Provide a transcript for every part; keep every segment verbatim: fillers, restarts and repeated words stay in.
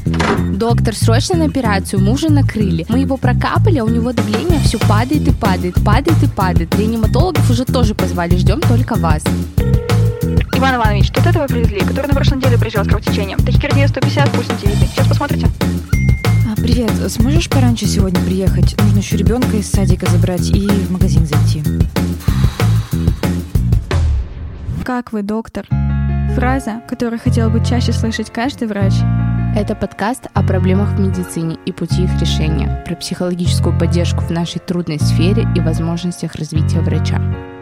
Доктор, срочно на операцию, мужа накрыли. Мы его прокапали, а у него давление все падает и падает, падает и падает. Реаниматологов уже тоже позвали, ждем только вас. Иван Иванович, тут этого привезли, который на прошлой неделе приезжал с кровотечением. Тахикардия сто пятьдесят, пульс не видно. Сейчас посмотрите. А, привет, сможешь пораньше сегодня приехать? Нужно еще ребенка из садика забрать и в магазин зайти. Как вы, доктор? Фраза, которую хотел бы чаще слышать каждый врач. Это подкаст о проблемах в медицине и пути их решения, про психологическую поддержку в нашей трудной сфере и возможностях развития врача.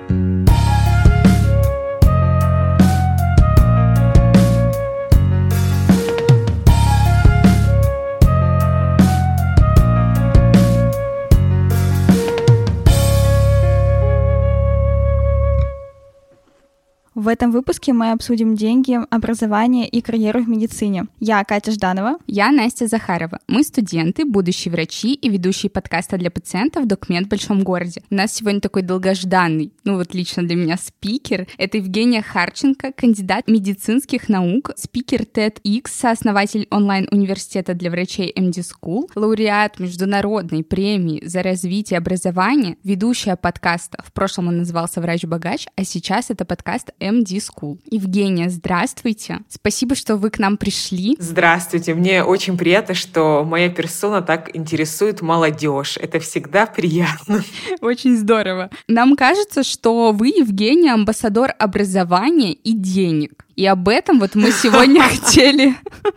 В этом выпуске мы обсудим деньги, образование и карьеру в медицине. Я Катя Жданова. Я Настя Захарова. Мы студенты, будущие врачи и ведущие подкаста для пациентов «Документ в большом городе». У нас сегодня такой долгожданный, ну вот лично для меня, спикер. Это Евгения Харченко, кандидат медицинских наук, спикер TEDx, сооснователь онлайн-университета для врачей эм ди School, лауреат международной премии за развитие образования, ведущая подкаста. В прошлом он назывался «Врач-богач», а сейчас это подкаст эм ди School. Евгения, здравствуйте. Спасибо, что вы к нам пришли. Здравствуйте. Мне очень приятно, что моя персона так интересует молодежь. Это всегда приятно. Очень здорово. Нам кажется, что вы, Евгения, амбассадор образования и денег. И об этом вот мы сегодня хотели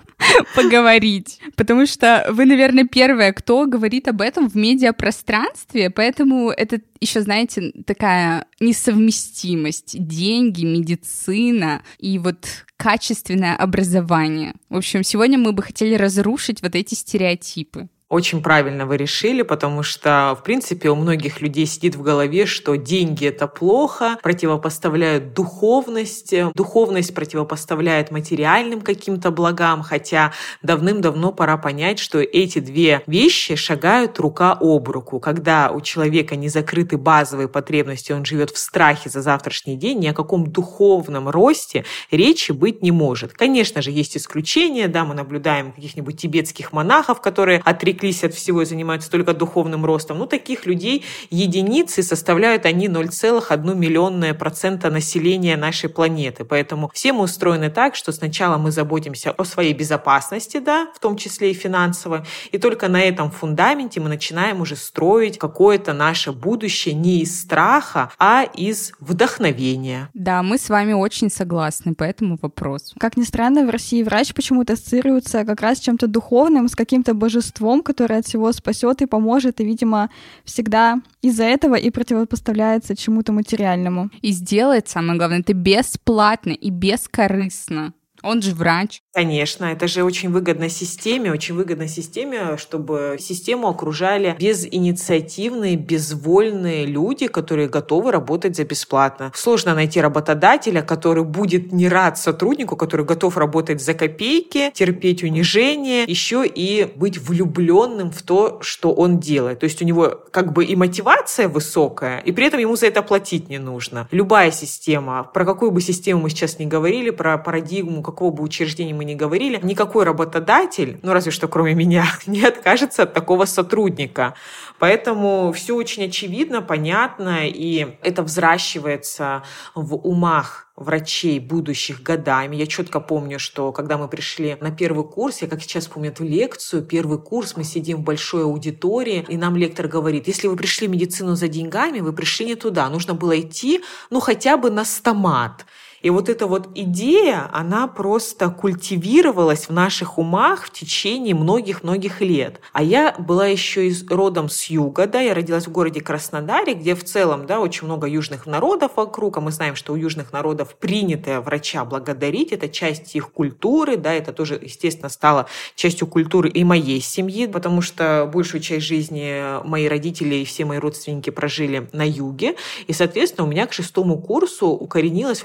поговорить. Потому что вы, наверное, первая, кто говорит об этом в медиапространстве, поэтому это еще, знаете, такая несовместимость. Деньги, медицина и вот качественное образование. В общем, сегодня мы бы хотели разрушить вот эти стереотипы. Очень правильно вы решили, потому что, в принципе, у многих людей сидит в голове, что деньги — это плохо, противопоставляют духовность, духовность противопоставляет материальным каким-то благам, хотя давным-давно пора понять, что эти две вещи шагают рука об руку. Когда у человека не закрыты базовые потребности, он живет в страхе за завтрашний день, ни о каком духовном росте речи быть не может. Конечно же, есть исключения, да, мы наблюдаем каких-нибудь тибетских монахов, которые отреклись от всего и занимаются только духовным ростом. Ну, таких людей единицы, составляют они ноль целых одна миллионная процента населения нашей планеты. Поэтому все мы устроены так, что сначала мы заботимся о своей безопасности, да, в том числе и финансовой, и только на этом фундаменте мы начинаем уже строить какое-то наше будущее не из страха, а из вдохновения. Да, мы с вами очень согласны по этому вопросу. Как ни странно, в России врач почему-то ассоциируется как раз с чем-то духовным, с каким-то божеством, который от всего спасет и поможет, и, видимо, всегда из-за этого и противопоставляется чему-то материальному. И сделает, самое главное, это бесплатно и бескорыстно. Он же врач. Конечно, это же очень выгодно системе, очень выгодно системе, чтобы систему окружали безинициативные, безвольные люди, которые готовы работать за бесплатно. Сложно найти работодателя, который будет не рад сотруднику, который готов работать за копейки, терпеть унижение, еще и быть влюбленным в то, что он делает. То есть у него как бы и мотивация высокая, и при этом ему за это платить не нужно. Любая система, про какую бы систему мы сейчас ни говорили, про парадигму какого бы учреждения мы ни говорили, никакой работодатель, ну разве что кроме меня, не откажется от такого сотрудника. Поэтому все очень очевидно, понятно, и это взращивается в умах врачей будущих годами. Я четко помню, что когда мы пришли на первый курс, я как сейчас помню эту лекцию, первый курс, мы сидим в большой аудитории, и нам лектор говорит: если вы пришли в медицину за деньгами, вы пришли не туда, нужно было идти, ну хотя бы на стомат. И вот эта вот идея, она просто культивировалась в наших умах в течение многих-многих лет. А я была еще из, родом с юга, да, я родилась в городе Краснодаре, где в целом, да, очень много южных народов вокруг, а мы знаем, что у южных народов принято врача благодарить, это часть их культуры, да, это тоже, естественно, стало частью культуры и моей семьи, потому что большую часть жизни мои родители и все мои родственники прожили на юге, и, соответственно, у меня к шестому курсу укоренилось вообще какое-то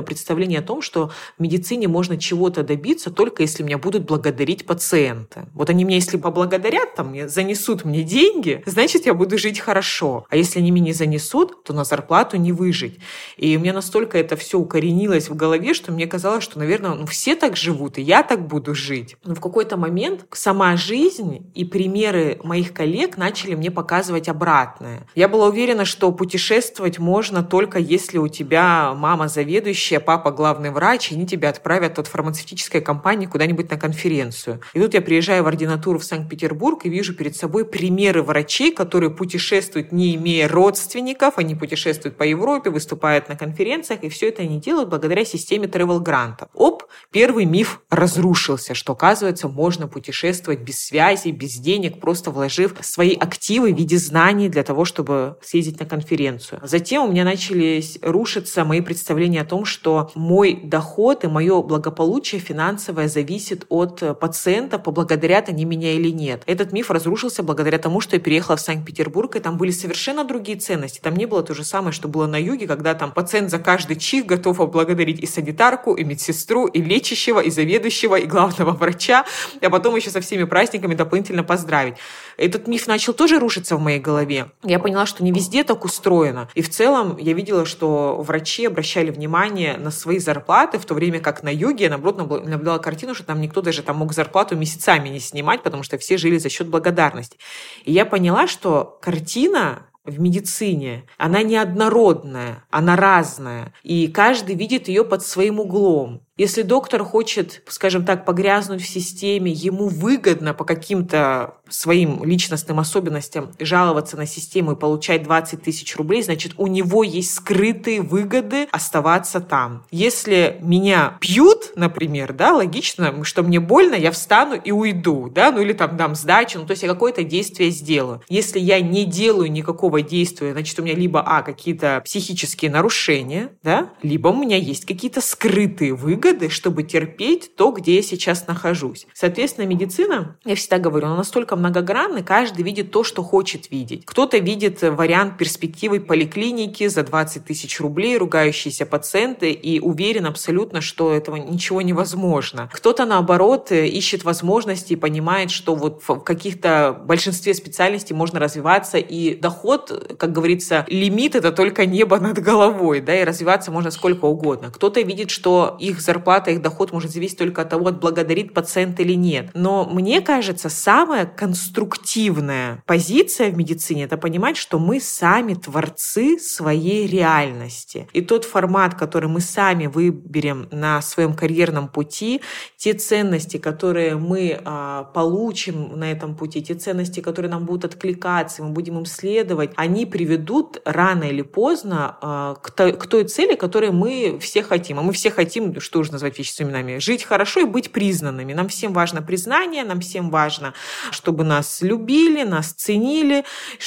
какое-то представление о том, что в медицине можно чего-то добиться только если меня будут благодарить пациенты. Вот они меня, если поблагодарят, там, занесут мне деньги, значит, я буду жить хорошо. А если они меня не занесут, то на зарплату не выжить. И у меня настолько это все укоренилось в голове, что мне казалось, что, наверное, ну, все так живут, и я так буду жить. Но в какой-то момент сама жизнь и примеры моих коллег начали мне показывать обратное. Я была уверена, что путешествовать можно только если у тебя мама заведующая, папа главный врач, и они тебя отправят от фармацевтической компании куда-нибудь на конференцию. И тут я приезжаю в ординатуру в Санкт-Петербург и вижу перед собой примеры врачей, которые путешествуют, не имея родственников, они путешествуют по Европе, выступают на конференциях, и все это они делают благодаря системе travel-грантов. Оп, первый миф разрушился, что, оказывается, можно путешествовать без связи, без денег, просто вложив свои активы в виде знаний для того, чтобы съездить на конференцию. Затем у меня начались рушиться мои представления о том, что мой доход и мое благополучие финансовое зависит от пациентов, поблагодарят они меня или нет. Этот миф разрушился благодаря тому, что я переехала в Санкт-Петербург, и там были совершенно другие ценности. Там не было то же самое, что было на юге, когда там пациент за каждый чих готов поблагодарить и санитарку, и медсестру, и лечащего, и заведующего, и главного врача, а потом еще со всеми праздниками дополнительно поздравить. Этот миф начал тоже рушиться в моей голове. Я поняла, что не везде так устроено. И в целом я видела, что врачи обращали внимание на свои зарплаты, в то время как на юге я, наоборот, наблюдала картину, что там никто даже там мог зарплату месяцами не снимать, потому что все жили за счет благодарности. И я поняла, что картина в медицине, она неоднородная, она разная, и каждый видит ее под своим углом. Если доктор хочет, скажем так, погрязнуть в системе, ему выгодно по каким-то своим личностным особенностям жаловаться на систему и получать двадцать тысяч рублей, значит, у него есть скрытые выгоды оставаться там. Если меня пьют, например, да, логично, что мне больно, я встану и уйду, да, ну или там дам сдачу, ну то есть я какое-то действие сделаю. Если я не делаю никакого действия, значит, у меня либо, а, какие-то психические нарушения, да, либо у меня есть какие-то скрытые выгоды, чтобы терпеть то, где я сейчас нахожусь. Соответственно, медицина, я всегда говорю, она настолько многогранна, каждый видит то, что хочет видеть. Кто-то видит вариант перспективы поликлиники за двадцать тысяч рублей, ругающиеся пациенты, и уверен абсолютно, что этого ничего невозможно. Кто-то, наоборот, ищет возможности и понимает, что вот в каких-то большинстве специальностей можно развиваться, и доход, как говорится, лимит — это только небо над головой, да, и развиваться можно сколько угодно. Кто-то видит, что их зарплата, их доход может зависеть только от того, отблагодарит пациент или нет. Но мне кажется, самая конструктивная позиция в медицине — это понимать, что мы сами творцы своей реальности. И тот формат, который мы сами выберем на своем карьерном пути, те ценности, которые мы а, получим на этом пути, те ценности, которые нам будут откликаться, мы будем им следовать, они приведут рано или поздно а, к, той, к той цели, которую мы все хотим. А мы все хотим, что уж назвать вещи своими именами, жить хорошо и быть признанными. Нам всем важно признание, нам всем важно, чтобы нас любили, нас ценили,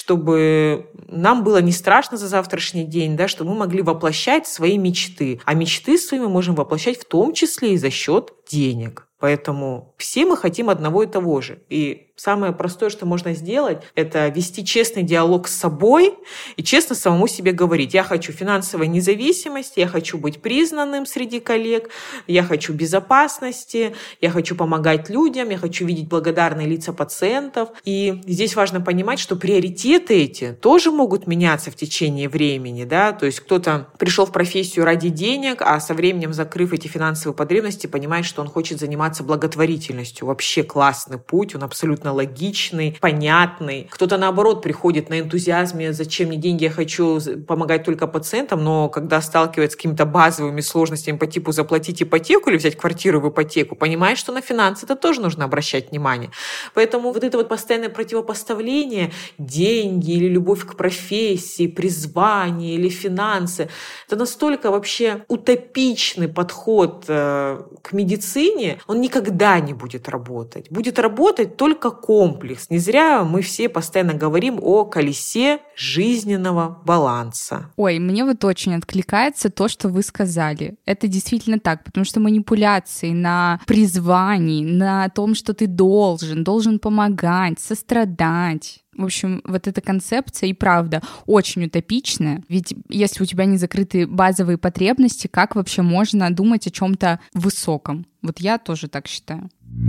чтобы нам было не страшно за завтрашний день, да, чтобы мы могли воплощать свои мечты. А мечты свои мы можем воплощать в том числе и за счет денег. Поэтому все мы хотим одного и того же. И самое простое, что можно сделать, это вести честный диалог с собой и честно самому себе говорить: я хочу финансовой независимости, я хочу быть признанным среди коллег, я хочу безопасности, я хочу помогать людям, я хочу видеть благодарные лица пациентов. И здесь важно понимать, что приоритеты эти тоже могут меняться в течение времени. Да? То есть кто-то пришел в профессию ради денег, а со временем, закрыв эти финансовые потребности, понимает, что он хочет заниматься благотворительностью. Вообще классный путь, он абсолютно логичный, понятный. Кто-то, наоборот, приходит на энтузиазме: зачем мне деньги, я хочу помогать только пациентам, но когда сталкивается с какими-то базовыми сложностями по типу заплатить ипотеку или взять квартиру в ипотеку, понимает, что на финансы это тоже нужно обращать внимание. Поэтому вот это вот постоянное противопоставление деньги или любовь к профессии, призвание или финансы, это настолько вообще утопичный подход к медицине, он никогда не будет работать. Будет работать только комплекс. Не зря мы все постоянно говорим о колесе жизненного баланса. Ой, мне вот очень откликается то, что вы сказали. Это действительно так, потому что манипуляции на призвании, на том, что ты должен, должен помогать, сострадать, В общем, вот эта концепция и правда очень утопичная, ведь если у тебя не закрыты базовые потребности, как вообще можно думать о чем-то высоком? Вот я тоже так считаю.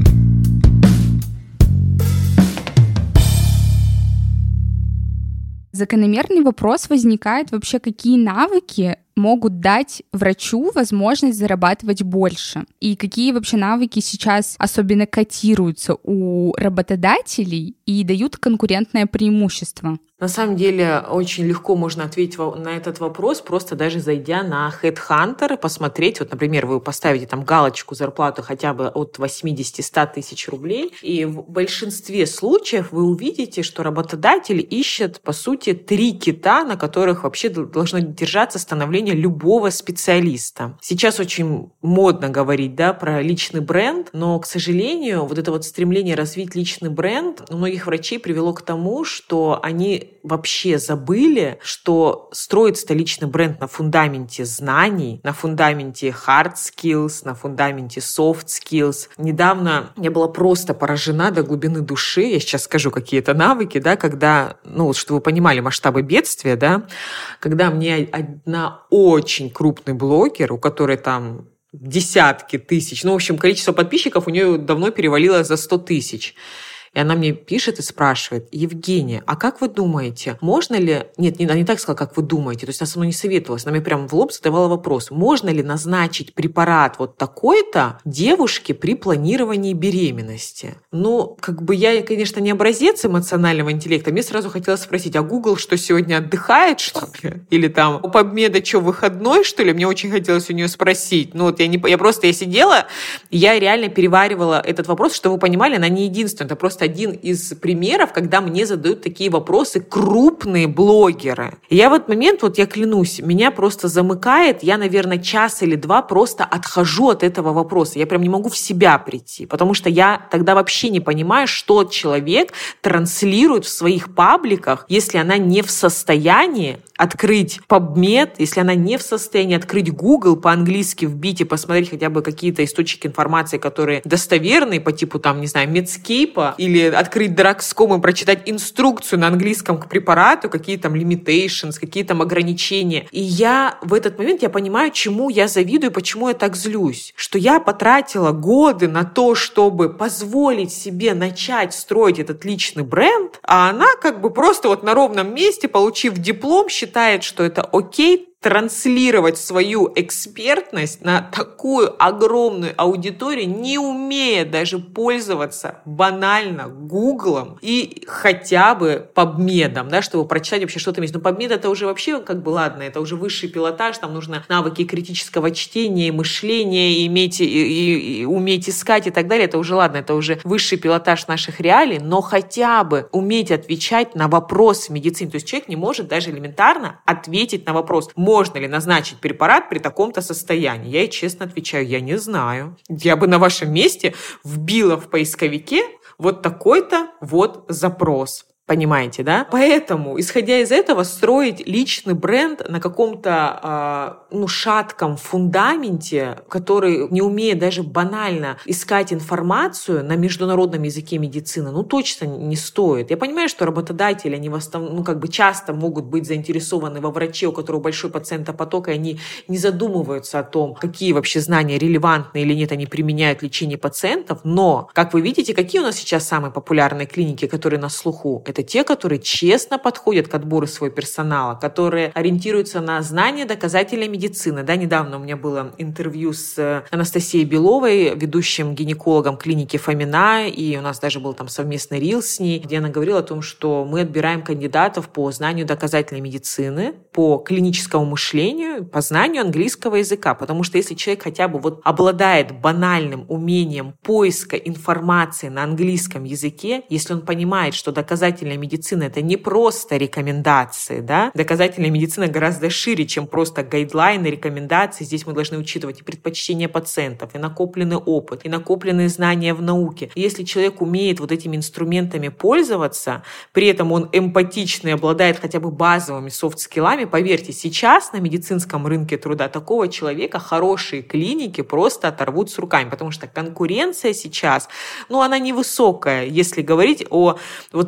Закономерный вопрос возникает вообще, какие навыки могут дать врачу возможность зарабатывать больше. И какие вообще навыки сейчас особенно котируются у работодателей и дают конкурентное преимущество? На самом деле очень легко можно ответить на этот вопрос, просто даже зайдя на HeadHunter и посмотреть. Вот, например, вы поставите там галочку зарплату хотя бы от восемьдесят-сто тысяч рублей, и в большинстве случаев вы увидите, что работодатель ищет, по сути, три кита, на которых вообще должно держаться становление любого специалиста. Сейчас очень модно говорить, да, про личный бренд, но, к сожалению, вот это вот стремление развить личный бренд у многих врачей привело к тому, что они вообще забыли, что строится личный бренд на фундаменте знаний, на фундаменте hard skills, на фундаменте soft skills. Недавно я была просто поражена до глубины души, я сейчас скажу какие-то навыки, да, когда, ну, чтобы вы понимали масштабы бедствия, да, когда мне одна очень крупный блогер, у которой там десятки тысяч, ну, в общем, количество подписчиков у нее давно перевалило за сто тысяч. И она мне пишет и спрашивает: Евгения, а как вы думаете, можно ли... Нет, она не так сказала, как вы думаете, то есть она со мной не советовалась, она мне прямо в лоб задавала вопрос: можно ли назначить препарат вот такой-то девушке при планировании беременности? Ну, как бы я, конечно, не образец эмоционального интеллекта, мне сразу хотелось спросить: а Google что, сегодня отдыхает, что ли? Или там у Побмеда что, выходной, что ли? Мне очень хотелось у нее спросить. Ну, вот я, не... я просто, я сидела, я реально переваривала этот вопрос, чтобы вы понимали, она не единственная, это просто один из примеров, когда мне задают такие вопросы крупные блогеры. И я в этот момент, вот я клянусь, меня просто замыкает, я, наверное, час или два просто отхожу от этого вопроса. Я прям не могу в себя прийти, потому что я тогда вообще не понимаю, что человек транслирует в своих пабликах, если она не в состоянии открыть PubMed, если она не в состоянии открыть Google, по-английски вбить и посмотреть хотя бы какие-то источники информации, которые достоверные, по типу, там, не знаю, Medscape, или открыть Drugs.com и прочитать инструкцию на английском к препарату, какие там limitations, какие там ограничения. И я в этот момент, я понимаю, чему я завидую, почему я так злюсь. Что я потратила годы на то, чтобы позволить себе начать строить этот личный бренд, а она как бы просто вот на ровном месте, получив диплом, считает, что это окей, транслировать свою экспертность на такую огромную аудиторию, не умея даже пользоваться банально Гуглом и хотя бы PubMed'ом, да, чтобы прочитать вообще что-то есть. Но PubMed это уже вообще как бы ладно, это уже высший пилотаж, там нужно навыки критического чтения, мышления, и иметь, и, и, и уметь искать и так далее, это уже ладно, это уже высший пилотаж наших реалий, но хотя бы уметь отвечать на вопросы медицины. То есть человек не может даже элементарно ответить на вопрос: можно ли назначить препарат при таком-то состоянии? Я ей честно отвечаю: я не знаю. Я бы на вашем месте вбила в поисковике вот такой-то вот запрос. Понимаете, да? Поэтому, исходя из этого, строить личный бренд на каком-то э, ну, шатком фундаменте, который не умеет даже банально искать информацию на международном языке медицины, ну точно не стоит. Я понимаю, что работодатели, они в основном, ну, как бы часто могут быть заинтересованы во враче, у которого большой пациентопоток, и они не задумываются о том, какие вообще знания релевантны или нет, они применяют в лечении пациентов. Но, как вы видите, какие у нас сейчас самые популярные клиники, которые на слуху? Это те, которые честно подходят к отбору своего персонала, которые ориентируются на знания доказательной медицины. Да, недавно у меня было интервью с Анастасией Беловой, ведущим гинекологом клиники Фомина, и у нас даже был там совместный рил с ней, где она говорила о том, что мы отбираем кандидатов по знанию доказательной медицины, по клиническому мышлению, по знанию английского языка, потому что если человек хотя бы вот обладает банальным умением поиска информации на английском языке, если он понимает, что доказательная медицина — это не просто рекомендации, да? Доказательная медицина гораздо шире, чем просто гайдлайны, рекомендации. Здесь мы должны учитывать и предпочтения пациентов, и накопленный опыт, и накопленные знания в науке. И если человек умеет вот этими инструментами пользоваться, при этом он эмпатичный, обладает хотя бы базовыми софт-скиллами, поверьте, сейчас на медицинском рынке труда такого человека хорошие клиники просто оторвут с руками, потому что конкуренция сейчас, ну, она невысокая, если говорить о вот этих вот навыках.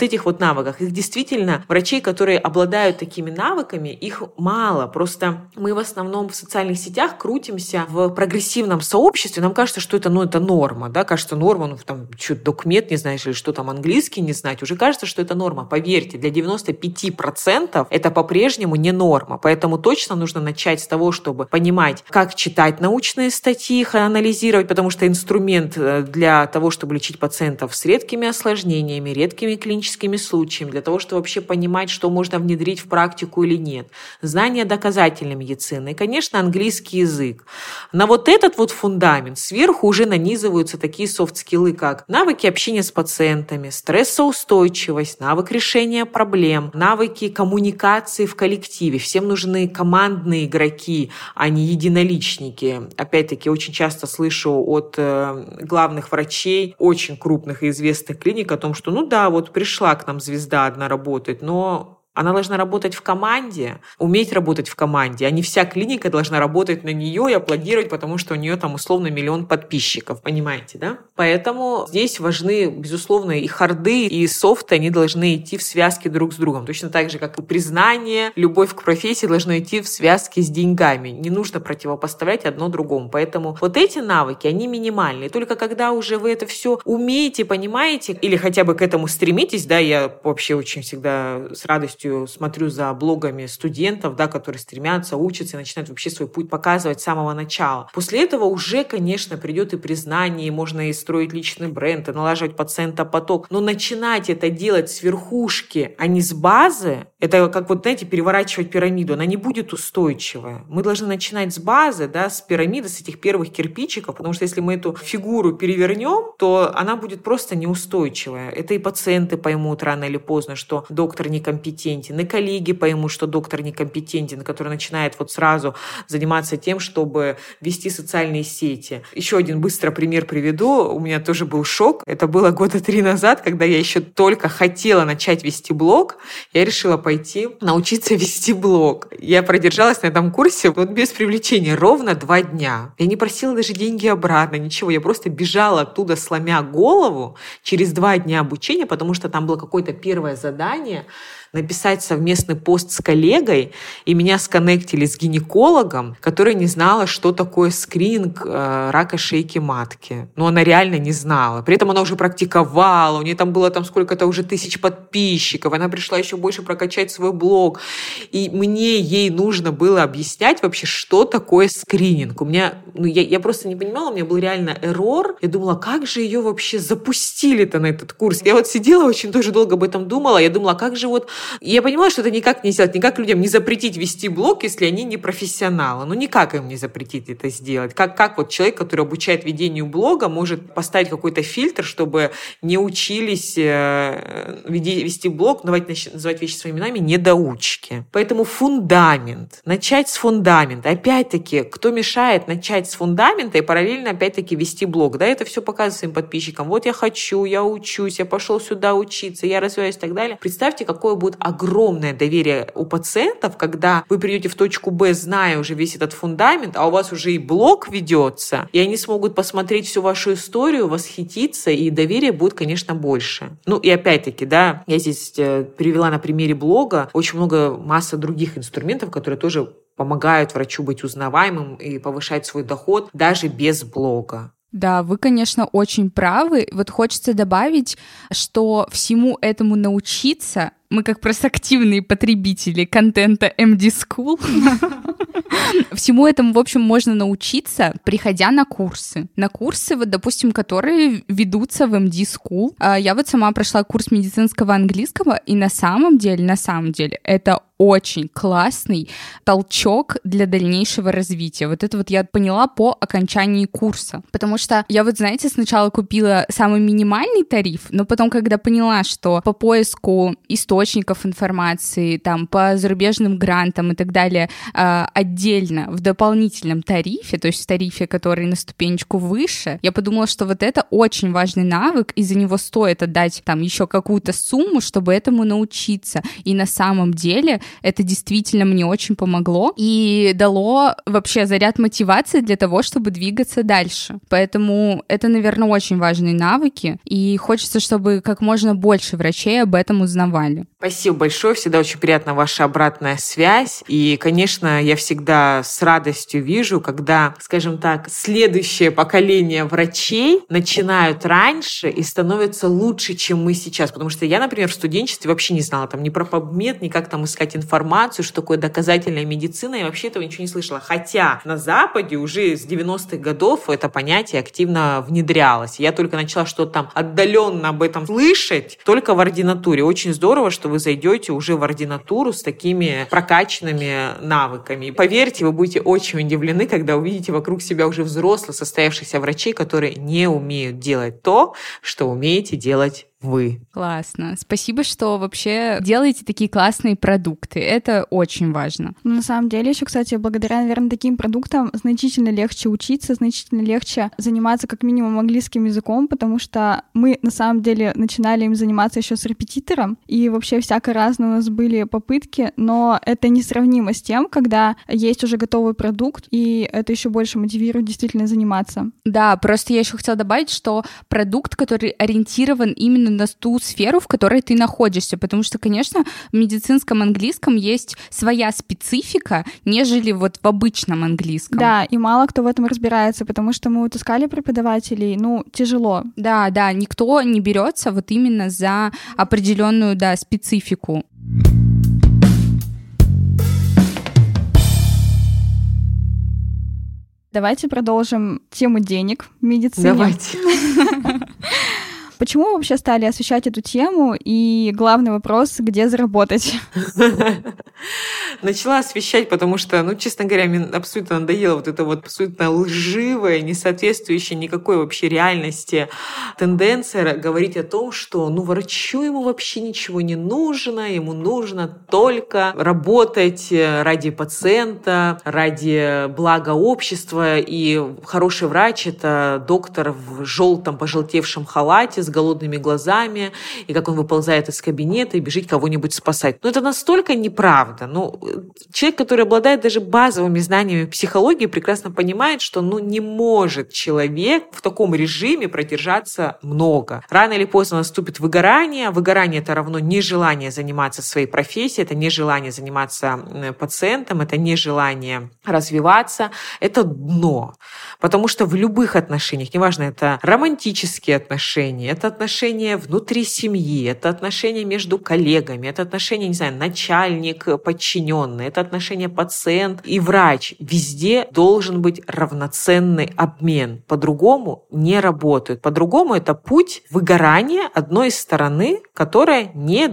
навыках. Их действительно, врачей, которые обладают такими навыками, их мало. Просто мы в основном в социальных сетях крутимся в прогрессивном сообществе. Нам кажется, что это, ну, это норма. Да? Кажется, норма, ну, там, что-то докмет не знаешь, или что там, английский не знать. Уже кажется, что это норма. Поверьте, для девяноста пяти процентов это по-прежнему не норма. Поэтому точно нужно начать с того, чтобы понимать, как читать научные статьи, их анализировать, потому что инструмент для того, чтобы лечить пациентов с редкими осложнениями, редкими клиническими случаями, для того, чтобы вообще понимать, что можно внедрить в практику или нет. Знание доказательной медицины и, конечно, английский язык. На вот этот вот фундамент сверху уже нанизываются такие софт-скиллы, как навыки общения с пациентами, стрессоустойчивость, навык решения проблем, навыки коммуникации в коллективе. Всем нужны командные игроки, а не единоличники. Опять-таки, очень часто слышу от э, главных врачей очень крупных и известных клиник о том, что ну да, вот пришла к нам звезда одна работать, но она должна работать в команде, уметь работать в команде, а не вся клиника должна работать на нее и аплодировать, потому что у нее там условно миллион подписчиков, понимаете, да? Поэтому здесь важны, безусловно, и харды, и софты, они должны идти в связке друг с другом. Точно так же, как и признание, любовь к профессии должно идти в связке с деньгами. Не нужно противопоставлять одно другому. Поэтому вот эти навыки, они минимальные. И только когда уже вы это все умеете, понимаете, или хотя бы к этому стремитесь, да, я вообще очень всегда с радостью смотрю за блогами студентов, да, которые стремятся, учатся и начинают вообще свой путь показывать с самого начала. После этого уже, конечно, придет и признание, и можно и строить личный бренд, и налаживать пациентопоток. Но начинать это делать с верхушки, а не с базы, это как вот, знаете, переворачивать пирамиду, она не будет устойчивая. Мы должны начинать с базы, да, с пирамиды, с этих первых кирпичиков, потому что если мы эту фигуру перевернем, то она будет просто неустойчивая. Это и пациенты поймут рано или поздно, что доктор некомпетентен, и коллеги поймут, что доктор некомпетентен, который начинает вот сразу заниматься тем, чтобы вести социальные сети. Еще один быстро пример приведу. У меня тоже был шок. Это было года три назад, когда я еще только хотела начать вести блог. Я решила пойти научиться вести блог. Я продержалась на этом курсе вот без привлечения ровно два дня. Я не просила даже деньги обратно, ничего. Я просто бежала оттуда, сломя голову, через два дня обучения, потому что там было какое-то первое задание — написать совместный пост с коллегой, и меня сконнектили с гинекологом, которая не знала, что такое скрининг э, рака шейки матки. Но она реально не знала. При этом она уже практиковала, у нее там было там сколько-то уже тысяч подписчиков, она пришла еще больше прокачать свой блог. И мне ей нужно было объяснять вообще, что такое скрининг. У меня, ну, я, я просто не понимала, у меня был реально эррор. Я думала, как же ее вообще запустили-то на этот курс? Я вот сидела, очень тоже долго об этом думала. Я думала, как же вот я понимала, что это никак не сделать, никак людям не запретить вести блог, если они не профессионалы. Ну, никак им не запретить это сделать. Как, как вот человек, который обучает ведению блога, может поставить какой-то фильтр, чтобы не учились э, вести блог, называть, называть вещи своими именами, недоучки. Поэтому фундамент. Начать с фундамента. Опять-таки, кто мешает начать с фундамента и параллельно, опять-таки, вести блог? Да, это все показывать своим подписчикам. Вот я хочу, я учусь, я пошел сюда учиться, я развиваюсь и так далее. Представьте, какое будет огромное доверие у пациентов, когда вы придете в точку Б, зная уже весь этот фундамент, а у вас уже и блог ведется, и они смогут посмотреть всю вашу историю, восхититься, и доверие будет, конечно, больше. Ну и опять-таки, да, я здесь привела на примере блога очень много, масса других инструментов, которые тоже помогают врачу быть узнаваемым и повышать свой доход даже без блога. Да, вы, конечно, очень правы. Вот хочется добавить, что всему этому научиться мы, как просто активные потребители контента эм ди School, всему этому, в общем, можно научиться, приходя на курсы. На курсы, вот, допустим, которые ведутся в эм ди School. Я вот сама прошла курс медицинского английского, и на самом деле, на самом деле, это очень классный толчок для дальнейшего развития. Вот это вот я поняла по окончании курса. Потому что я вот, знаете, сначала купила самый минимальный тариф, но потом, когда поняла, что по поиску истории источников информации, там, по зарубежным грантам и так далее отдельно в дополнительном тарифе, то есть в тарифе, который на ступенечку выше, я подумала, что вот это очень важный навык, и за него стоит отдать там еще какую-то сумму, чтобы этому научиться. И на самом деле это действительно мне очень помогло и дало вообще заряд мотивации для того, чтобы двигаться дальше. Поэтому это, наверное, очень важные навыки, и хочется, чтобы как можно больше врачей об этом узнавали. Спасибо большое, всегда очень приятна ваша обратная связь. И, конечно, я всегда с радостью вижу, когда, скажем так, следующее поколение врачей начинают раньше и становятся лучше, чем мы сейчас. Потому что я, например, в студенчестве вообще не знала там ни про PubMed, ни как там искать информацию, что такое доказательная медицина, и вообще этого ничего не слышала. Хотя на Западе уже с девяностых годов это понятие активно внедрялось. Я только начала что-то там отдаленно об этом слышать только в ординатуре. Очень здорово, что вы зайдете уже в ординатуру с такими прокачанными навыками. И поверьте, вы будете очень удивлены, когда увидите вокруг себя уже взрослых, состоявшихся врачей, которые не умеют делать то, что умеете делать вы. Классно. Спасибо, что вообще делаете такие классные продукты. Это очень важно. На самом деле еще, кстати, благодаря, наверное, таким продуктам значительно легче учиться, значительно легче заниматься как минимум английским языком, потому что мы на самом деле начинали им заниматься еще с репетитором, и вообще всяко разно у нас были попытки, но это несравнимо с тем, когда есть уже готовый продукт, и это еще больше мотивирует действительно заниматься. Да, просто я еще хотела добавить, что продукт, который ориентирован именно на ту сферу, в которой ты находишься, потому что, конечно, в медицинском английском есть своя специфика, нежели вот в обычном английском. Да, и мало кто в этом разбирается, потому что мы вот искали преподавателей, ну, тяжело. Да, да, никто не берется вот именно за определенную, да, специфику. Давайте продолжим тему денег в медицине. Давайте. Почему вы вообще стали освещать эту тему? И главный вопрос, где заработать? Начала освещать, потому что, ну, честно говоря, мне абсолютно надоело вот это вот абсолютно лживая, не соответствующая никакой вообще реальности тенденция говорить о том, что, ну, врачу ему вообще ничего не нужно, ему нужно только работать ради пациента, ради блага общества, и хороший врач — это доктор в желтом пожелтевшем халате с голодными глазами, и как он выползает из кабинета и бежит кого-нибудь спасать. Но это настолько неправда. Ну, человек, который обладает даже базовыми знаниями психологии, прекрасно понимает, что ну, не может человек в таком режиме продержаться много. Рано или поздно наступит выгорание. Выгорание — это равно нежелание заниматься своей профессией, это нежелание заниматься пациентом, это нежелание развиваться. Это дно. Потому что в любых отношениях, неважно, это романтические отношения, это отношения внутри семьи, это отношения между коллегами, это отношения, не знаю, начальник-подчиненный, это отношения пациент и врач. Везде должен быть равноценный обмен. По-другому не работает. По-другому это путь выгорания одной стороны, которая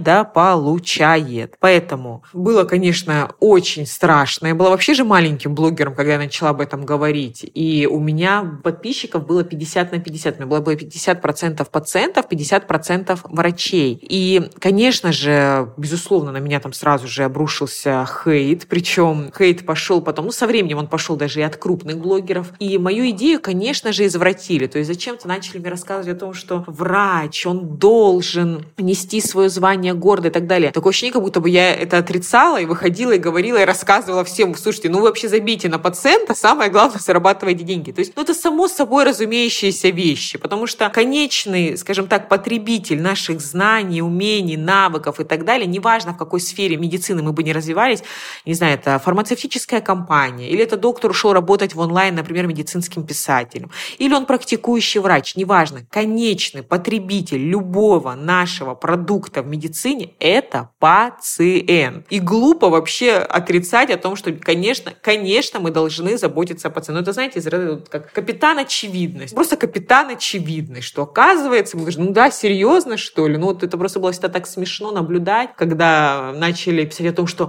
недополучает. Поэтому было, конечно, очень страшно. Я была вообще же маленьким блогером, когда я начала об этом говорить. И у меня подписчиков было пятьдесят на пятьдесят. У меня было пятьдесят процентов пациентов, пятьдесят процентов врачей. И, конечно же, безусловно, на меня там сразу же обрушился хейт. Причем хейт пошел потом, ну, со временем он пошел даже и от крупных блогеров. И мою идею, конечно же, извратили. То есть зачем-то начали мне рассказывать о том, что врач, он должен нести свое звание гордо и так далее. Такое ощущение, как будто бы я это отрицала и выходила и говорила, и рассказывала всем: слушайте, ну вы вообще забейте на пациента, самое главное, зарабатывайте деньги. То есть, ну, это само собой разумеющиеся вещи, потому что конечный, скажем так, потребитель наших знаний, умений, навыков и так далее, неважно, в какой сфере медицины мы бы не развивались, не знаю, это фармацевтическая компания, или это доктор ушел работать в онлайн, например, медицинским писателем, или он практикующий врач, неважно, конечный потребитель любого нашего продукта в медицине – это пациент. И глупо вообще отрицать о том, что, конечно, конечно, мы должны заботиться о пациенте. Но это, знаете, как капитан очевидность. Просто капитан очевидность, что оказывается, мы говорим, ну да, серьезно, что ли? Ну вот это просто было всегда так смешно наблюдать, когда начали писать о том, что вот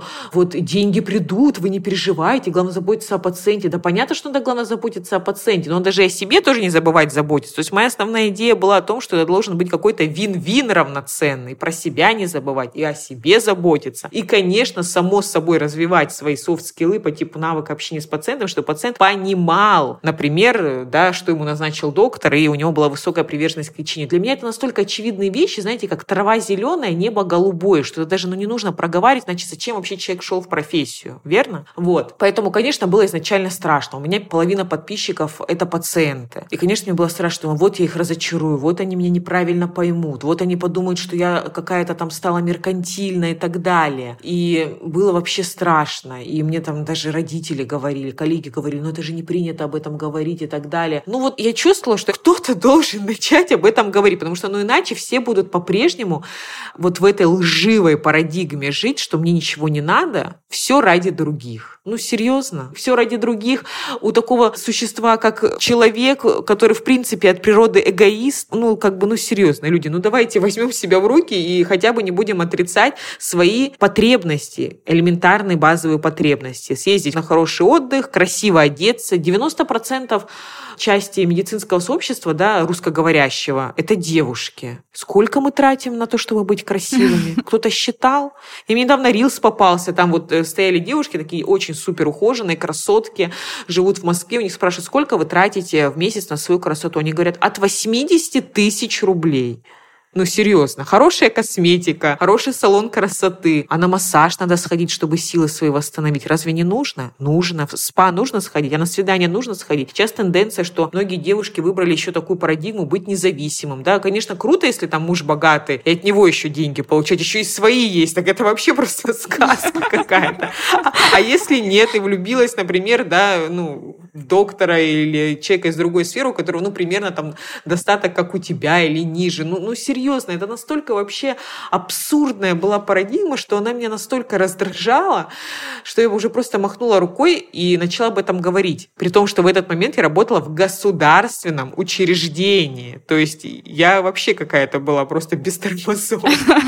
вот деньги придут, вы не переживайте, главное заботиться о пациенте. Да понятно, что надо главное заботиться о пациенте, но даже о себе тоже не забывать заботиться. То есть моя основная идея была о том, что это должен быть какой-то вин-вин равноценный, про себя не забывать и о себе заботиться. И, конечно, само собой развивать свои софт-скиллы по типу навыка общения с пациентом, чтобы пациент понимал, например, да, что ему назначил доктор, и у него была высокая приверженность к лечению. Для меня это настолько очевидные вещи, знаете, как трава зеленая, небо голубое, что это даже ну, не нужно проговаривать, значит, зачем вообще человек шел в профессию, верно? Вот. Поэтому, конечно, было изначально страшно. У меня половина подписчиков — это пациенты. И, конечно, мне было страшно, вот я их разочарую, вот они меня неправильно поймут, вот они подумают, что я какая-то там стала меркантильная и так далее. И было вообще страшно. И мне там даже родители говорили, коллеги говорили, ну это же не принято об этом говорить и так далее. Ну вот я чувствовала, что кто-то должен начать об этом говорить, потому что ну иначе все будут по-прежнему вот в этой лживой парадигме жить, что мне ничего не надо, все ради других. Ну серьезно, все ради других. У такого существа, как человек, который в принципе от природы эгоист, ну как бы, ну серьезно, люди, ну давайте возьмем себя в руки и хотя бы не будем отрицать свои потребности, элементарные базовые потребности. Съездить на хороший отдых, красиво одеться. девяносто процентов части медицинского сообщества, да, русскоговорящего, это девушки. Сколько мы тратим на то, чтобы быть красивыми? Кто-то считал? И мне недавно рилс попался, там вот стояли девушки, такие очень супер ухоженные, красотки, живут в Москве, у них спрашивают, сколько вы тратите в месяц на свою красоту? Они говорят, от восемьдесят тысяч рублей. Ну, серьезно. Хорошая косметика, хороший салон красоты. А на массаж надо сходить, чтобы силы свои восстановить. Разве не нужно? Нужно. В спа нужно сходить, а на свидание нужно сходить. Сейчас тенденция, что многие девушки выбрали еще такую парадигму быть независимым. Да, конечно, круто, если там муж богатый, и от него еще деньги получать, еще и свои есть. Так это вообще просто сказка какая-то. А если нет, и влюбилась, например, да, ну, в доктора или человека из другой сферы, у которого, ну, примерно там достаток, как у тебя, или ниже. Ну, ну серьезно. Это настолько вообще абсурдная была парадигма, что она меня настолько раздражала, что я уже просто махнула рукой и начала об этом говорить. При том, что в этот момент я работала в государственном учреждении. То есть я вообще какая-то была просто без тормозов,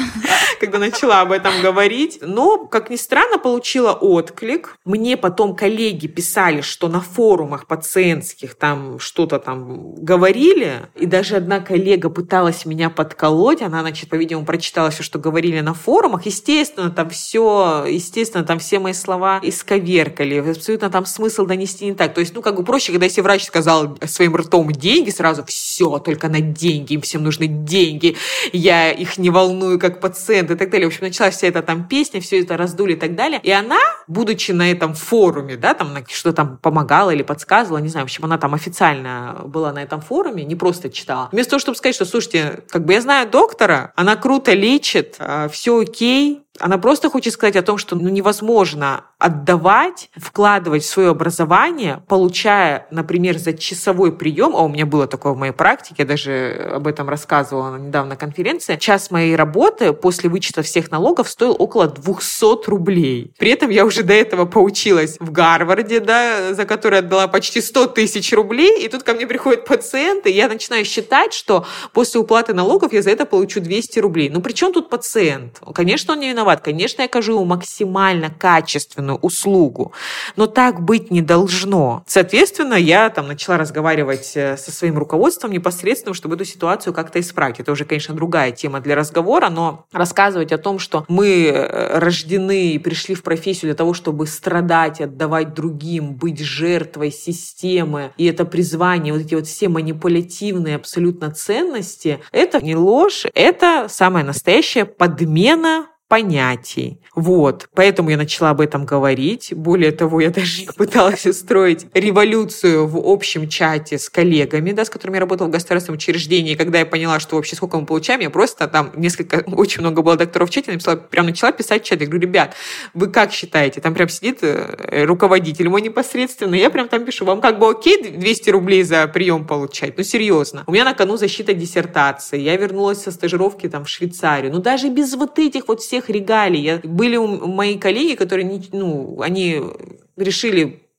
когда начала об этом говорить. Но, как ни странно, получила отклик. Мне потом коллеги писали, что на форумах пациентских там что-то там говорили, и даже одна коллега пыталась меня подколоть. Она, значит, по-видимому, прочитала все, что говорили на форумах. Естественно, там все, естественно, там все мои слова исковеркали. Абсолютно там смысл донести не так. То есть, ну, как бы проще, когда если врач сказал своим ртом деньги, сразу все, только на деньги, им всем нужны деньги, я их не волную как пациент и так далее. В общем, началась вся эта там песня, все это раздули и так далее. И она, будучи на этом форуме, да, там что-то там помогала или подсказывала, не знаю, в общем, она там официально была на этом форуме, не просто читала. Вместо того, чтобы сказать, что, слушайте, как бы я знаю доктора, она круто лечит, все окей, она просто хочет сказать о том, что ну, невозможно отдавать, вкладывать в свое образование, получая, например, за часовой прием, а у меня было такое в моей практике, я даже об этом рассказывала недавно на конференции, час моей работы после вычета всех налогов стоил около двести рублей. При этом я уже до этого поучилась в Гарварде, да, за который отдала почти сто тысяч рублей, и тут ко мне приходят пациенты, и я начинаю считать, что после уплаты налогов я за это получу двести рублей. Ну, при чем тут пациент? Конечно, он не виноват. Конечно, я окажу ему максимально качественную услугу, но так быть не должно. Соответственно, я там начала разговаривать со своим руководством непосредственно, чтобы эту ситуацию как-то исправить. Это уже, конечно, другая тема для разговора, но рассказывать о том, что мы рождены и пришли в профессию для того, чтобы страдать, отдавать другим, быть жертвой системы, и это призвание, вот эти вот все манипулятивные абсолютно ценности, это не ложь, это самая настоящая подмена понятий. Вот. Поэтому я начала об этом говорить. Более того, я даже пыталась устроить революцию в общем чате с коллегами, да, с которыми я работала в государственном учреждении. И когда я поняла, что вообще сколько мы получаем, я просто там несколько, очень много было докторов в чате, написала, прям начала писать в чат. Я говорю, ребят, вы как считаете? Там прям сидит руководитель мой непосредственно. Я прям там пишу, вам как бы окей двести рублей за прием получать? Ну, серьезно. У меня на кону защита диссертации. Я вернулась со стажировки там в Швейцарию. Ну, даже без вот этих вот всех регалий. Я, были у мои коллеги, которые, ну, они решили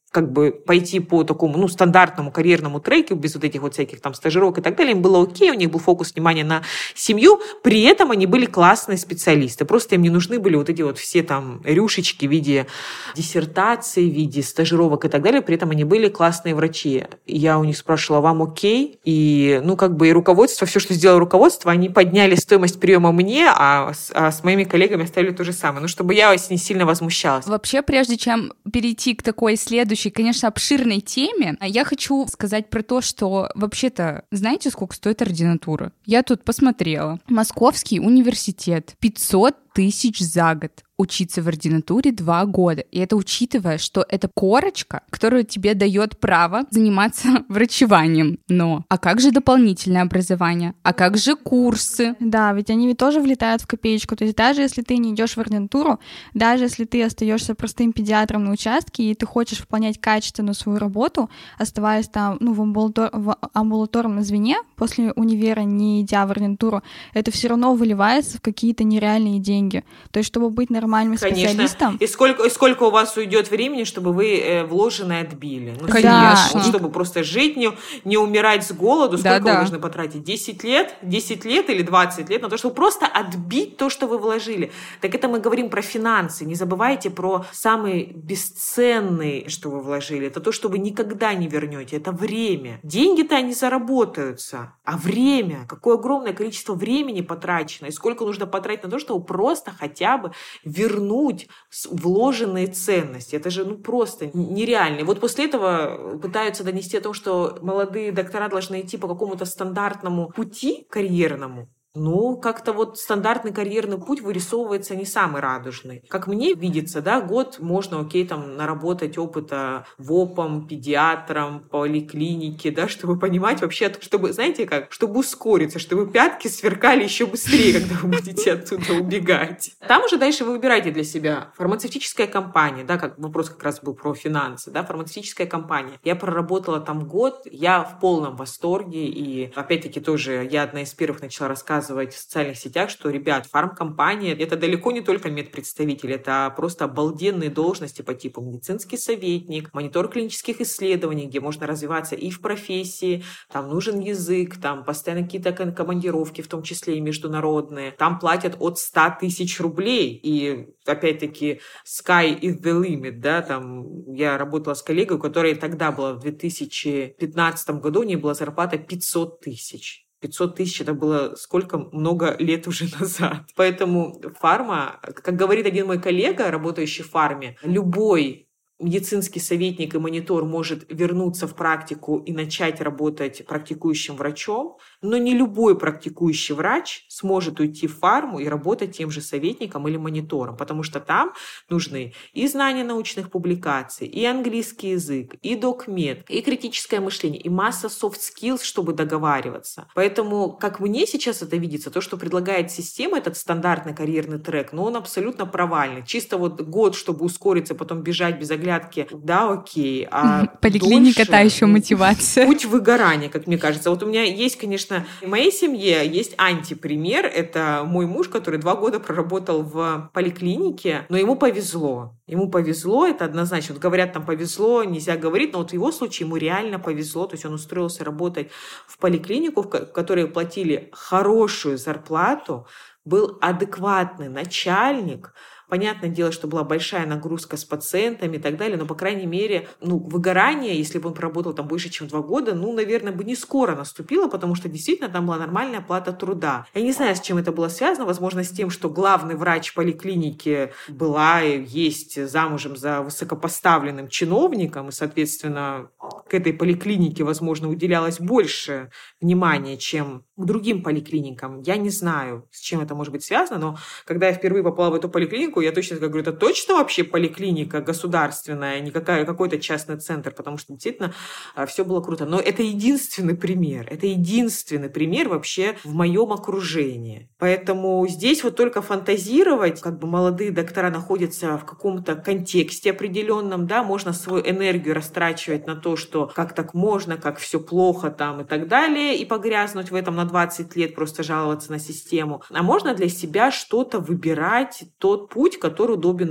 как бы пойти по такому, ну, стандартному карьерному треку, без вот этих вот всяких там стажировок и так далее, им было окей, у них был фокус внимания на семью, при этом они были классные специалисты, просто им не нужны были вот эти вот все там рюшечки в виде диссертаций, в виде стажировок и так далее, при этом они были классные врачи. Я у них спрашивала, вам окей? И, ну, как бы и руководство, все, что сделало руководство, они подняли стоимость приема мне, а с, а с моими коллегами оставили то же самое, ну, чтобы я не сильно возмущалась. Вообще, прежде чем перейти к такой следующей, конечно, обширной теме, я хочу сказать про то, что вообще-то, знаете, сколько стоит ординатура? Я тут посмотрела. Московский университет. пятьсот тысяч за год. Учиться в ординатуре два года. И это учитывая, что это корочка, которая тебе дает право заниматься врачеванием. Но а как же дополнительное образование? А как же курсы? Да, ведь они ведь тоже влетают в копеечку. То есть даже если ты не идешь в ординатуру, даже если ты остаешься простым педиатром на участке, и ты хочешь выполнять качественную свою работу, оставаясь там, ну, в, амбулатор... в амбулаторном звене, после универа, не идя в ординатуру, это все равно выливается в какие-то нереальные деньги. То есть, чтобы быть нормальным специалистом... И сколько, и сколько у вас уйдет времени, чтобы вы э, вложенное отбили? Ну, конечно. Вот, чтобы просто жить, не, не умирать с голоду. Сколько Да-да. вы должны потратить? десять лет? десять лет или двадцать лет на то, чтобы просто отбить то, что вы вложили? Так это мы говорим про финансы. Не забывайте про самый бесценный, что вы вложили. Это то, что вы никогда не вернете. Это время. Деньги-то они заработаются. А время? Какое огромное количество времени потрачено. И сколько нужно потратить на то, чтобы просто просто хотя бы вернуть вложенные ценности. Это же ну, просто нереально. И вот после этого пытаются донести о том, что молодые доктора должны идти по какому-то стандартному пути карьерному. Ну, как-то вот стандартный карьерный путь вырисовывается не самый радужный. Как мне видится, да, год можно, окей, там, наработать опыта вопом, педиатром, поликлинике, да, чтобы понимать вообще, чтобы, знаете как, чтобы ускориться, чтобы пятки сверкали еще быстрее, когда вы будете оттуда убегать. Там уже дальше вы выбираете для себя фармацевтическая компания, да, как вопрос как раз был про финансы, да, фармацевтическая компания. Я проработала там год, я в полном восторге, и опять-таки тоже я одна из первых начала рассказывать в социальных сетях, что, ребят, фармкомпания — это далеко не только медпредставитель, это просто обалденные должности по типу медицинский советник, монитор клинических исследований, где можно развиваться и в профессии, там нужен язык, там постоянно какие-то командировки, в том числе и международные, там платят от ста тысяч рублей, и опять-таки sky is the limit, да, там я работала с коллегой, у которой тогда была в две тысячи пятнадцатом году, у нее была зарплата пятьсот тысяч. пятьсот тысяч — это было сколько много лет уже назад. Поэтому фарма, как говорит один мой коллега, работающий в фарме, любой медицинский советник и монитор может вернуться в практику и начать работать практикующим врачом, но не любой практикующий врач сможет уйти в фарму и работать тем же советником или монитором, потому что там нужны и знания научных публикаций, и английский язык, и докмед, и критическое мышление, и масса soft skills, чтобы договариваться. Поэтому, как мне сейчас это видится, то, что предлагает система, этот стандартный карьерный трек, но он абсолютно провальный. Чисто вот год, чтобы ускориться, потом бежать без оглядки, да, окей. А поликлиника дольше, та еще мотивация. Путь выгорания, как мне кажется. Вот у меня есть, конечно, в моей семье есть антипример. Это мой муж, который два года проработал в поликлинике, но ему повезло. Ему повезло, это однозначно. Вот говорят, там повезло, нельзя говорить, но вот в его случае ему реально повезло. То есть он устроился работать в поликлинику, в которой платили хорошую зарплату, был адекватный начальник. Понятное дело, что была большая нагрузка с пациентами и так далее, но, по крайней мере, ну, выгорание, если бы он проработал там больше, чем два года, ну, наверное, бы не скоро наступило, потому что действительно там была нормальная оплата труда. Я не знаю, с чем это было связано, возможно, с тем, что главный врач поликлиники была и есть замужем за высокопоставленным чиновником, и, соответственно, к этой поликлинике, возможно, уделялось больше внимания, чем к другим поликлиникам. Я не знаю, с чем это может быть связано, но когда я впервые попала в эту поликлинику, я точно говорю, это точно вообще поликлиника государственная, не какая, какой-то частный центр, потому что действительно все было круто. Но это единственный пример, это единственный пример вообще в моем окружении. Поэтому здесь вот только фантазировать, как бы молодые доктора находятся в каком-то контексте определенном, да, можно свою энергию растрачивать на то, что как так можно, как все плохо там и так далее, и погрязнуть в этом на двадцать лет, просто жаловаться на систему. А можно для себя что-то выбирать, тот путь, который удобен вам.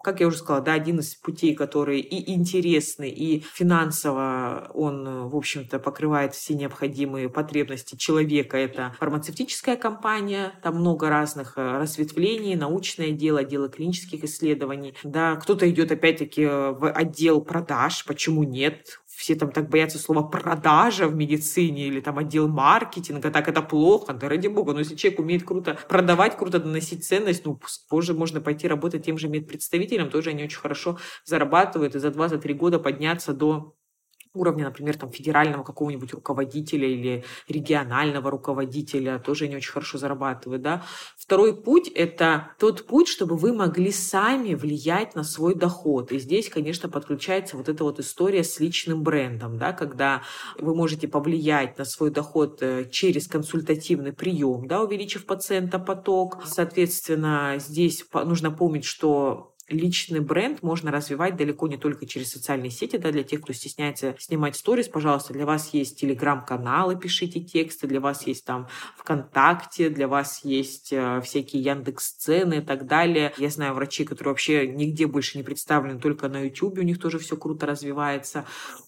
как я уже сказала, да, один из путей, который и интересный, и финансово он, в общем-то, покрывает все необходимые потребности человека. Это фармацевтическая компания, там много разных разветвлений, научное дело, дело клинических исследований. Да, кто-то идет опять-таки в отдел продаж, почему нет? Все там так боятся слова «продажа» в медицине или там отдел маркетинга, так это плохо, да ради бога, но если человек умеет круто продавать, круто доносить ценность, ну, позже можно пойти работать тем же медпредставителем, тоже они очень хорошо зарабатывают и за два-три за года подняться до уровня, например, там, федерального какого-нибудь руководителя или регионального руководителя, тоже они очень хорошо зарабатывают, да. Второй путь – это тот путь, чтобы вы могли сами влиять на свой доход. И здесь, конечно, подключается вот эта вот история с личным брендом, да, когда вы можете повлиять на свой доход через консультативный прием, да, увеличив пациентопоток. Соответственно, здесь нужно помнить, что личный бренд можно развивать далеко не только через социальные сети, да, для тех, кто стесняется снимать сторис, пожалуйста, для вас есть телеграм-каналы, пишите тексты, для вас есть там ВКонтакте, для вас есть э, всякие Яндекс.Сцены и так далее. Я знаю врачей, которые вообще нигде больше не представлены, только на Ютубе, у них тоже все круто развивается.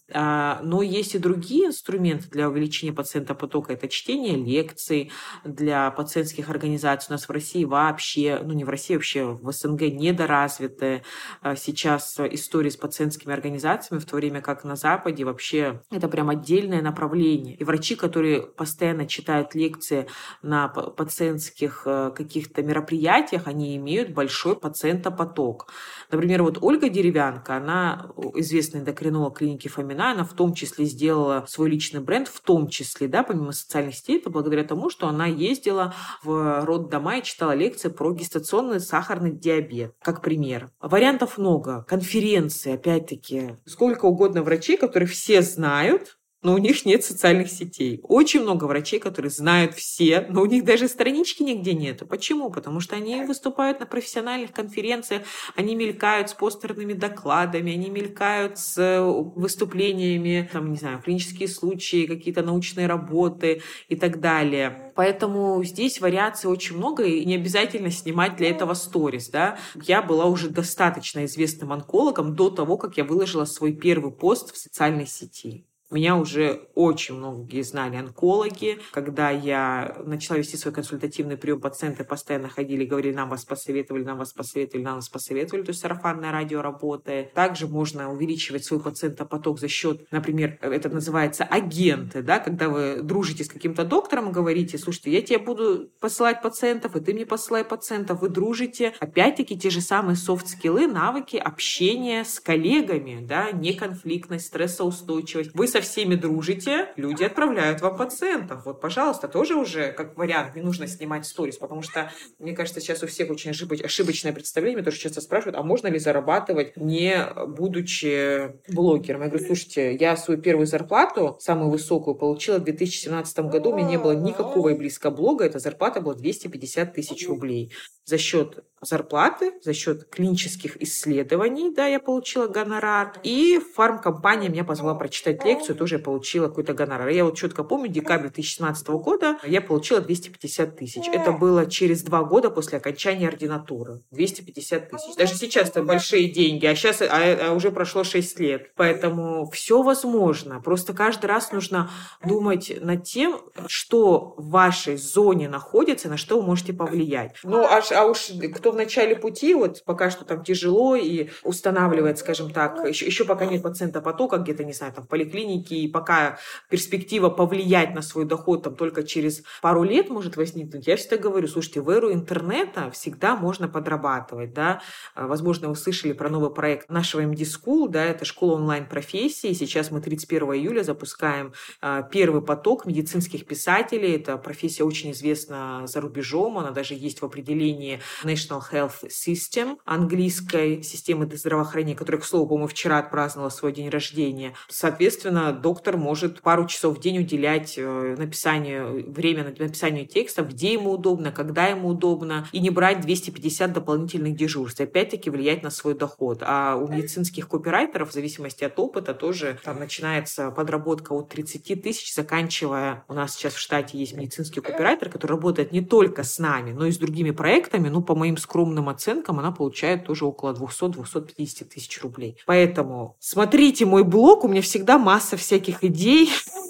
Но есть и другие инструменты для увеличения пациентопотока. Это чтение лекций для пациентских организаций. У нас в России вообще, ну не в России, вообще в СНГ недоразвиты сейчас истории с пациентскими организациями, в то время как на Западе вообще это прям отдельное направление. И врачи, которые постоянно читают лекции на пациентских каких-то мероприятиях, они имеют большой пациентопоток. Например, вот Ольга Деревянко, она известный эндокринолог клиники Фомина, она в том числе сделала свой личный бренд, в том числе, да, помимо социальных сетей, это благодаря тому, что она ездила в роддома и читала лекции про гестационный сахарный диабет, как пример. Вариантов много. Конференции, опять-таки, сколько угодно врачей, которые все знают, но у них нет социальных сетей. Очень много врачей, которые знают все, но у них даже странички нигде нет. Почему? Потому что они выступают на профессиональных конференциях, они мелькают с постерными докладами, они мелькают с выступлениями, там, не знаю, клинические случаи, какие-то научные работы и так далее. Поэтому здесь вариаций очень много, и не обязательно снимать для этого сторис, да. Я была уже достаточно известным онкологом до того, как я выложила свой первый пост в социальной сети. Меня уже очень многие знали онкологи. Когда я начала вести свой консультативный прием, пациенты постоянно ходили и говорили: нам вас посоветовали, нам вас посоветовали, нам вас посоветовали. То есть сарафанное радио работает. Также можно увеличивать свой пациентопоток за счет, например, это называется агенты, да, когда вы дружите с каким-то доктором и говорите: слушайте, я тебе буду посылать пациентов, и ты мне посылай пациентов. Вы дружите. Опять-таки те же самые софт-скиллы, навыки общения с коллегами, да, неконфликтность, стрессоустойчивость. Вы со всеми дружите, люди отправляют вам пациентов. Вот, пожалуйста, тоже уже как вариант, не нужно снимать сторис, потому что, мне кажется, сейчас у всех очень ошибочное представление, меня тоже часто спрашивают, а можно ли зарабатывать, не будучи блогером? Я говорю: слушайте, я свою первую зарплату, самую высокую, получила в две тысячи семнадцатом году, у меня не было никакого и близко блога, эта зарплата была двести пятьдесят тысяч рублей. За счет зарплаты, за счет клинических исследований, да, я получила гонорар, и фармкомпания меня позвала прочитать лекцию, тоже я получила какой-то гонорар. Я вот четко помню, декабрь две тысячи семнадцатого года я получила двести пятьдесят тысяч. Это было через два года после окончания ординатуры. двести пятьдесят тысяч. Даже сейчас это большие деньги, а сейчас а, а уже прошло шесть лет. Поэтому все возможно. Просто каждый раз нужно думать над тем, что в вашей зоне находится, на что вы можете повлиять. Ну, аж, а уж кто в начале пути, вот пока что там тяжело и устанавливает, скажем так, еще, еще пока нет пациентопотока где-то, не знаю, там в поликлинике, и пока перспектива повлиять на свой доход там только через пару лет может возникнуть, я всегда говорю: слушайте, в эру интернета всегда можно подрабатывать, да. Возможно, вы слышали про новый проект нашего эм ди School, да, это школа онлайн-профессий. Сейчас мы тридцать первого июля запускаем первый поток медицинских писателей. Эта профессия очень известна за рубежом, она даже есть в определении National Health System, английской системы здравоохранения, которая, к слову, по-моему, вчера отпраздновала свой день рождения. Соответственно, доктор может пару часов в день уделять написанию, время на написанию текстов, где ему удобно, когда ему удобно, и не брать двести пятьдесят дополнительных дежурств. Опять-таки влиять на свой доход. А у медицинских копирайтеров, в зависимости от опыта, тоже там начинается подработка от тридцати тысяч, заканчивая... У нас сейчас в штате есть медицинский копирайтер, который работает не только с нами, но и с другими проектами, проектами, ну, по моим скромным оценкам, она получает тоже около двести - двести пятьдесят тысяч рублей. Поэтому смотрите мой блог, у меня всегда масса всяких идей.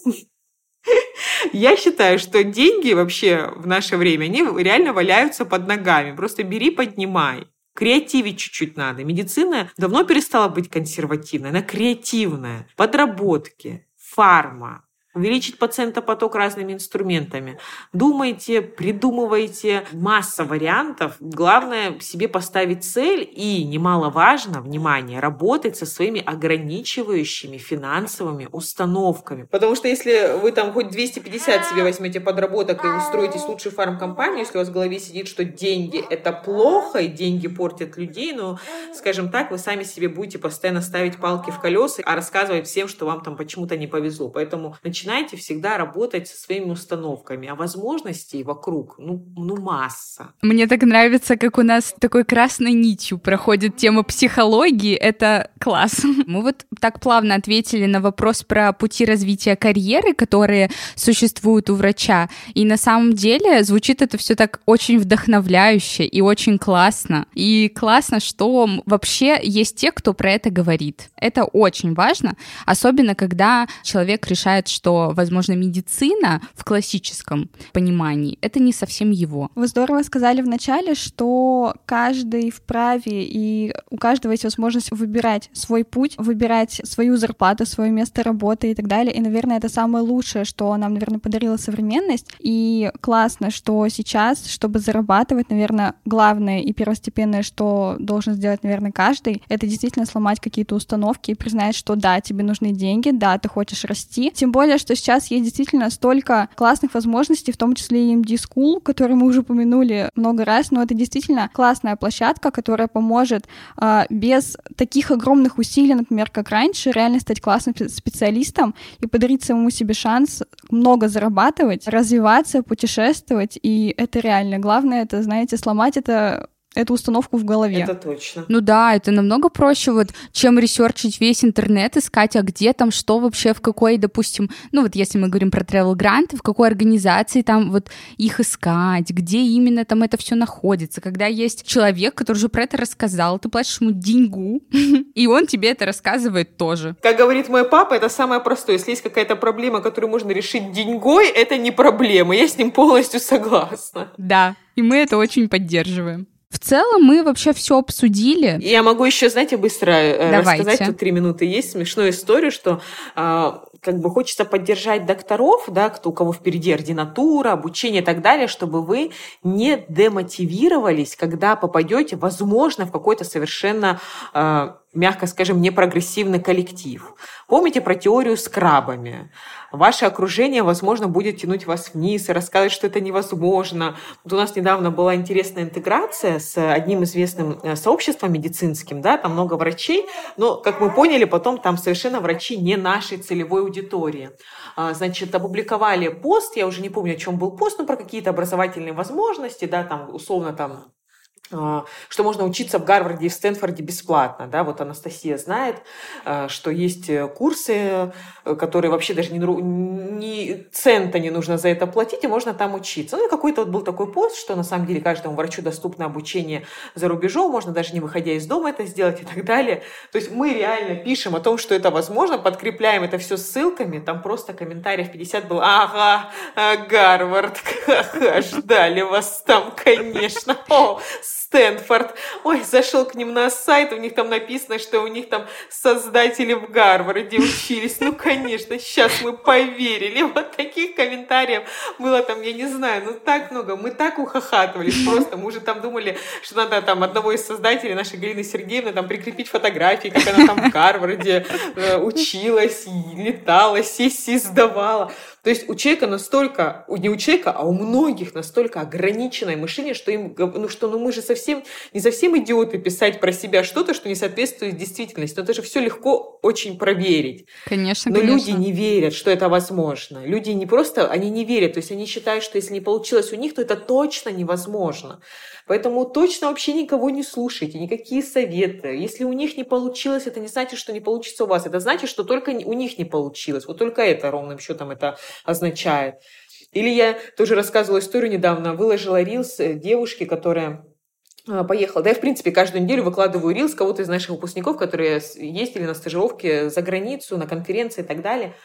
Я считаю, что деньги вообще в наше время, они реально валяются под ногами. Просто бери, поднимай. Креативить чуть-чуть надо. Медицина давно перестала быть консервативной, она креативная. Подработки, фарма. Увеличить пациентопоток разными инструментами. Думайте, придумывайте. Масса вариантов. Главное себе поставить цель и, немаловажно, внимание, работать со своими ограничивающими финансовыми установками. Потому что если вы там хоть двести пятьдесят себе возьмете подработок и устроитесь в лучшую фармкомпанию, если у вас в голове сидит, что деньги – это плохо, и деньги портят людей, ну, скажем так, вы сами себе будете постоянно ставить палки в колеса, а рассказывать всем, что вам там почему-то не повезло. Поэтому начинайте Начинайте всегда работать со своими установками, а возможностей вокруг, ну, ну, масса. Мне так нравится, как у нас такой красной нитью проходит тема психологии, это класс. Мы вот так плавно ответили на вопрос про пути развития карьеры, которые существуют у врача, и на самом деле звучит это все так очень вдохновляюще и очень классно. И классно, что вообще есть те, кто про это говорит. Это очень важно, особенно когда человек решает, что возможно, медицина в классическом понимании — это не совсем его. Вы здорово сказали вначале, что каждый вправе, и у каждого есть возможность выбирать свой путь, выбирать свою зарплату, свое место работы и так далее. И, наверное, это самое лучшее, что нам, наверное, подарила современность. И классно, что сейчас, чтобы зарабатывать, наверное, главное и первостепенное, что должен сделать, наверное, каждый, это действительно сломать какие-то установки и признать, что да, тебе нужны деньги, да, ты хочешь расти. Тем более, что сейчас есть действительно столько классных возможностей, в том числе и эм ди School, который мы уже упомянули много раз, но это действительно классная площадка, которая поможет э, без таких огромных усилий, например, как раньше, реально стать классным специалистом и подарить самому себе шанс много зарабатывать, развиваться, путешествовать, и это реально. Главное, это, знаете, сломать это эту установку в голове. Это точно. Ну да, это намного проще, вот, чем ресерчить весь интернет, искать, а где там, что вообще, в какой, допустим, ну вот если мы говорим про travel гранты, в какой организации там вот их искать, где именно там это все находится, когда есть человек, который уже про это рассказал, ты платишь ему деньгу, и он тебе это рассказывает тоже. Как говорит мой папа, это самое простое. Если есть какая-то проблема, которую можно решить деньгой, это не проблема. Я с ним полностью согласна. Да, и мы это очень поддерживаем. В целом мы вообще все обсудили. Я могу еще, знаете, быстро Давайте. рассказать, тут три минуты есть, смешную историю, что э, как бы хочется поддержать докторов, да, кто, у кого впереди ординатура, обучение и так далее, чтобы вы не демотивировались, когда попадете, возможно, в какой-то совершенно, э, мягко скажем, непрогрессивный коллектив. Помните про теорию с крабами? Ваше окружение, возможно, будет тянуть вас вниз и рассказывать, что это невозможно. Вот у нас недавно была интересная интеграция с одним известным сообществом медицинским, да, там много врачей, но, как мы поняли, потом там совершенно врачи не нашей целевой аудитории. Значит, опубликовали пост, я уже не помню, о чем был пост, но про какие-то образовательные возможности, да, там, условно, там, что можно учиться в Гарварде и в Стэнфорде бесплатно. Да? Вот Анастасия знает, что есть курсы, которые вообще даже ни, ни цента не нужно за это платить, и можно там учиться. Ну и какой-то вот был такой пост, что на самом деле каждому врачу доступно обучение за рубежом, можно даже не выходя из дома это сделать и так далее. То есть мы реально пишем о том, что это возможно, подкрепляем это все ссылками, там просто комментариев пятьдесят было: ага, Гарвард, ха-ха, ждали вас там, конечно. О, Стэнфорд. Ой, зашел к ним на сайт, у них там написано, что у них там создатели в Гарварде учились. Ну, конечно, сейчас мы поверили. Вот таких комментариев было там, я не знаю, ну так много. Мы так ухахатывались просто. Мы уже там думали, что надо там одного из создателей, нашей Галины Сергеевны, там прикрепить фотографии, как она там в Гарварде э, училась, летала, сессии сдавала. То есть у человека настолько, не у человека, а у многих настолько ограниченное мышление, что им, ну что, ну мы же совсем, не совсем идиоты писать про себя что-то, что не соответствует действительности. Но это же все легко очень проверить. Конечно, Но конечно. люди не верят, что это возможно. Люди не просто, они не верят, то есть они считают, что если не получилось у них, то это точно невозможно. Поэтому точно вообще никого не слушайте, никакие советы. Если у них не получилось, это не значит, что не получится у вас. Это значит, что только у них не получилось. Вот только это ровным счетом это означает. Или я тоже рассказывала историю недавно, выложила рилс девушки, которая поехала. Да, я, в принципе, каждую неделю выкладываю рилс кого-то из наших выпускников, которые ездили на стажировки за границу, на конференции и так далее.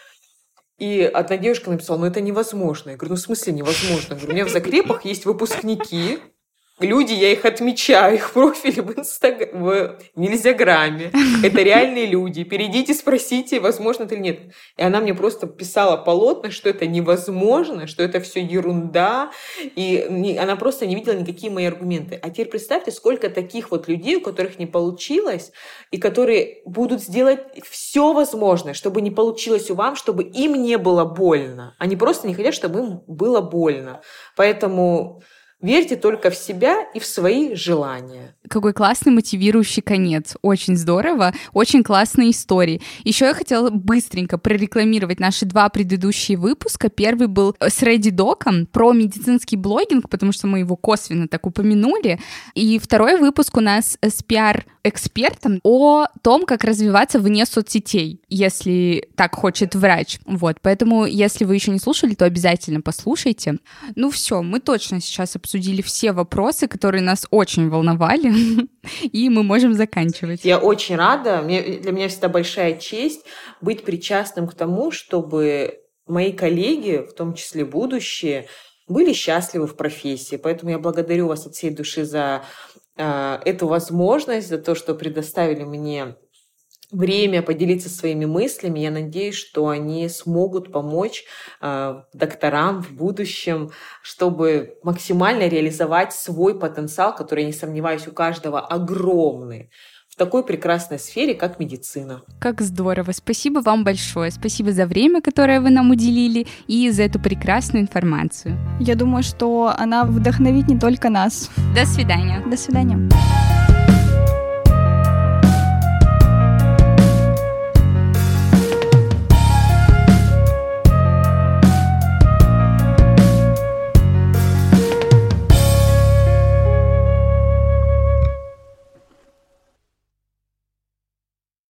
И одна девушка написала: ну это невозможно. Я говорю: ну в смысле невозможно? Я говорю: у меня в закрепах есть выпускники, люди, я их отмечаю, их профили в Инстаграме, в Нельзяграме. Это реальные люди. Перейдите, спросите, возможно это или нет. И она мне просто писала полотна, что это невозможно, что это все ерунда. И не, она просто не видела никакие мои аргументы. А теперь представьте, сколько таких вот людей, у которых не получилось, и которые будут сделать все возможное, чтобы не получилось у вас, чтобы им не было больно. Они просто не хотят, чтобы им было больно. Поэтому... верьте только в себя и в свои желания. Какой классный мотивирующий конец. Очень здорово. Очень классные истории. Еще я хотела быстренько прорекламировать наши два предыдущие выпуска. Первый был с Ready Doc'ом про медицинский блогинг, потому что мы его косвенно так упомянули. И второй выпуск у нас с пиар-экспертом о том, как развиваться вне соцсетей, если так хочет врач. Вот. Поэтому, если вы еще не слушали, то обязательно послушайте. Ну все, мы точно сейчас обсудили все вопросы, которые нас очень волновали, и мы можем заканчивать. Я очень рада. Для меня всегда большая честь быть причастным к тому, чтобы мои коллеги, в том числе будущие, были счастливы в профессии. Поэтому я благодарю вас от всей души за э, эту возможность, за то, что предоставили мне время поделиться своими мыслями. Я надеюсь, что они смогут помочь э, докторам в будущем, чтобы максимально реализовать свой потенциал, который, я не сомневаюсь, у каждого огромный, в такой прекрасной сфере, как медицина. Как здорово! Спасибо вам большое. Спасибо за время, которое вы нам уделили, и за эту прекрасную информацию. Я думаю, что она вдохновит не только нас. До свидания. До свидания.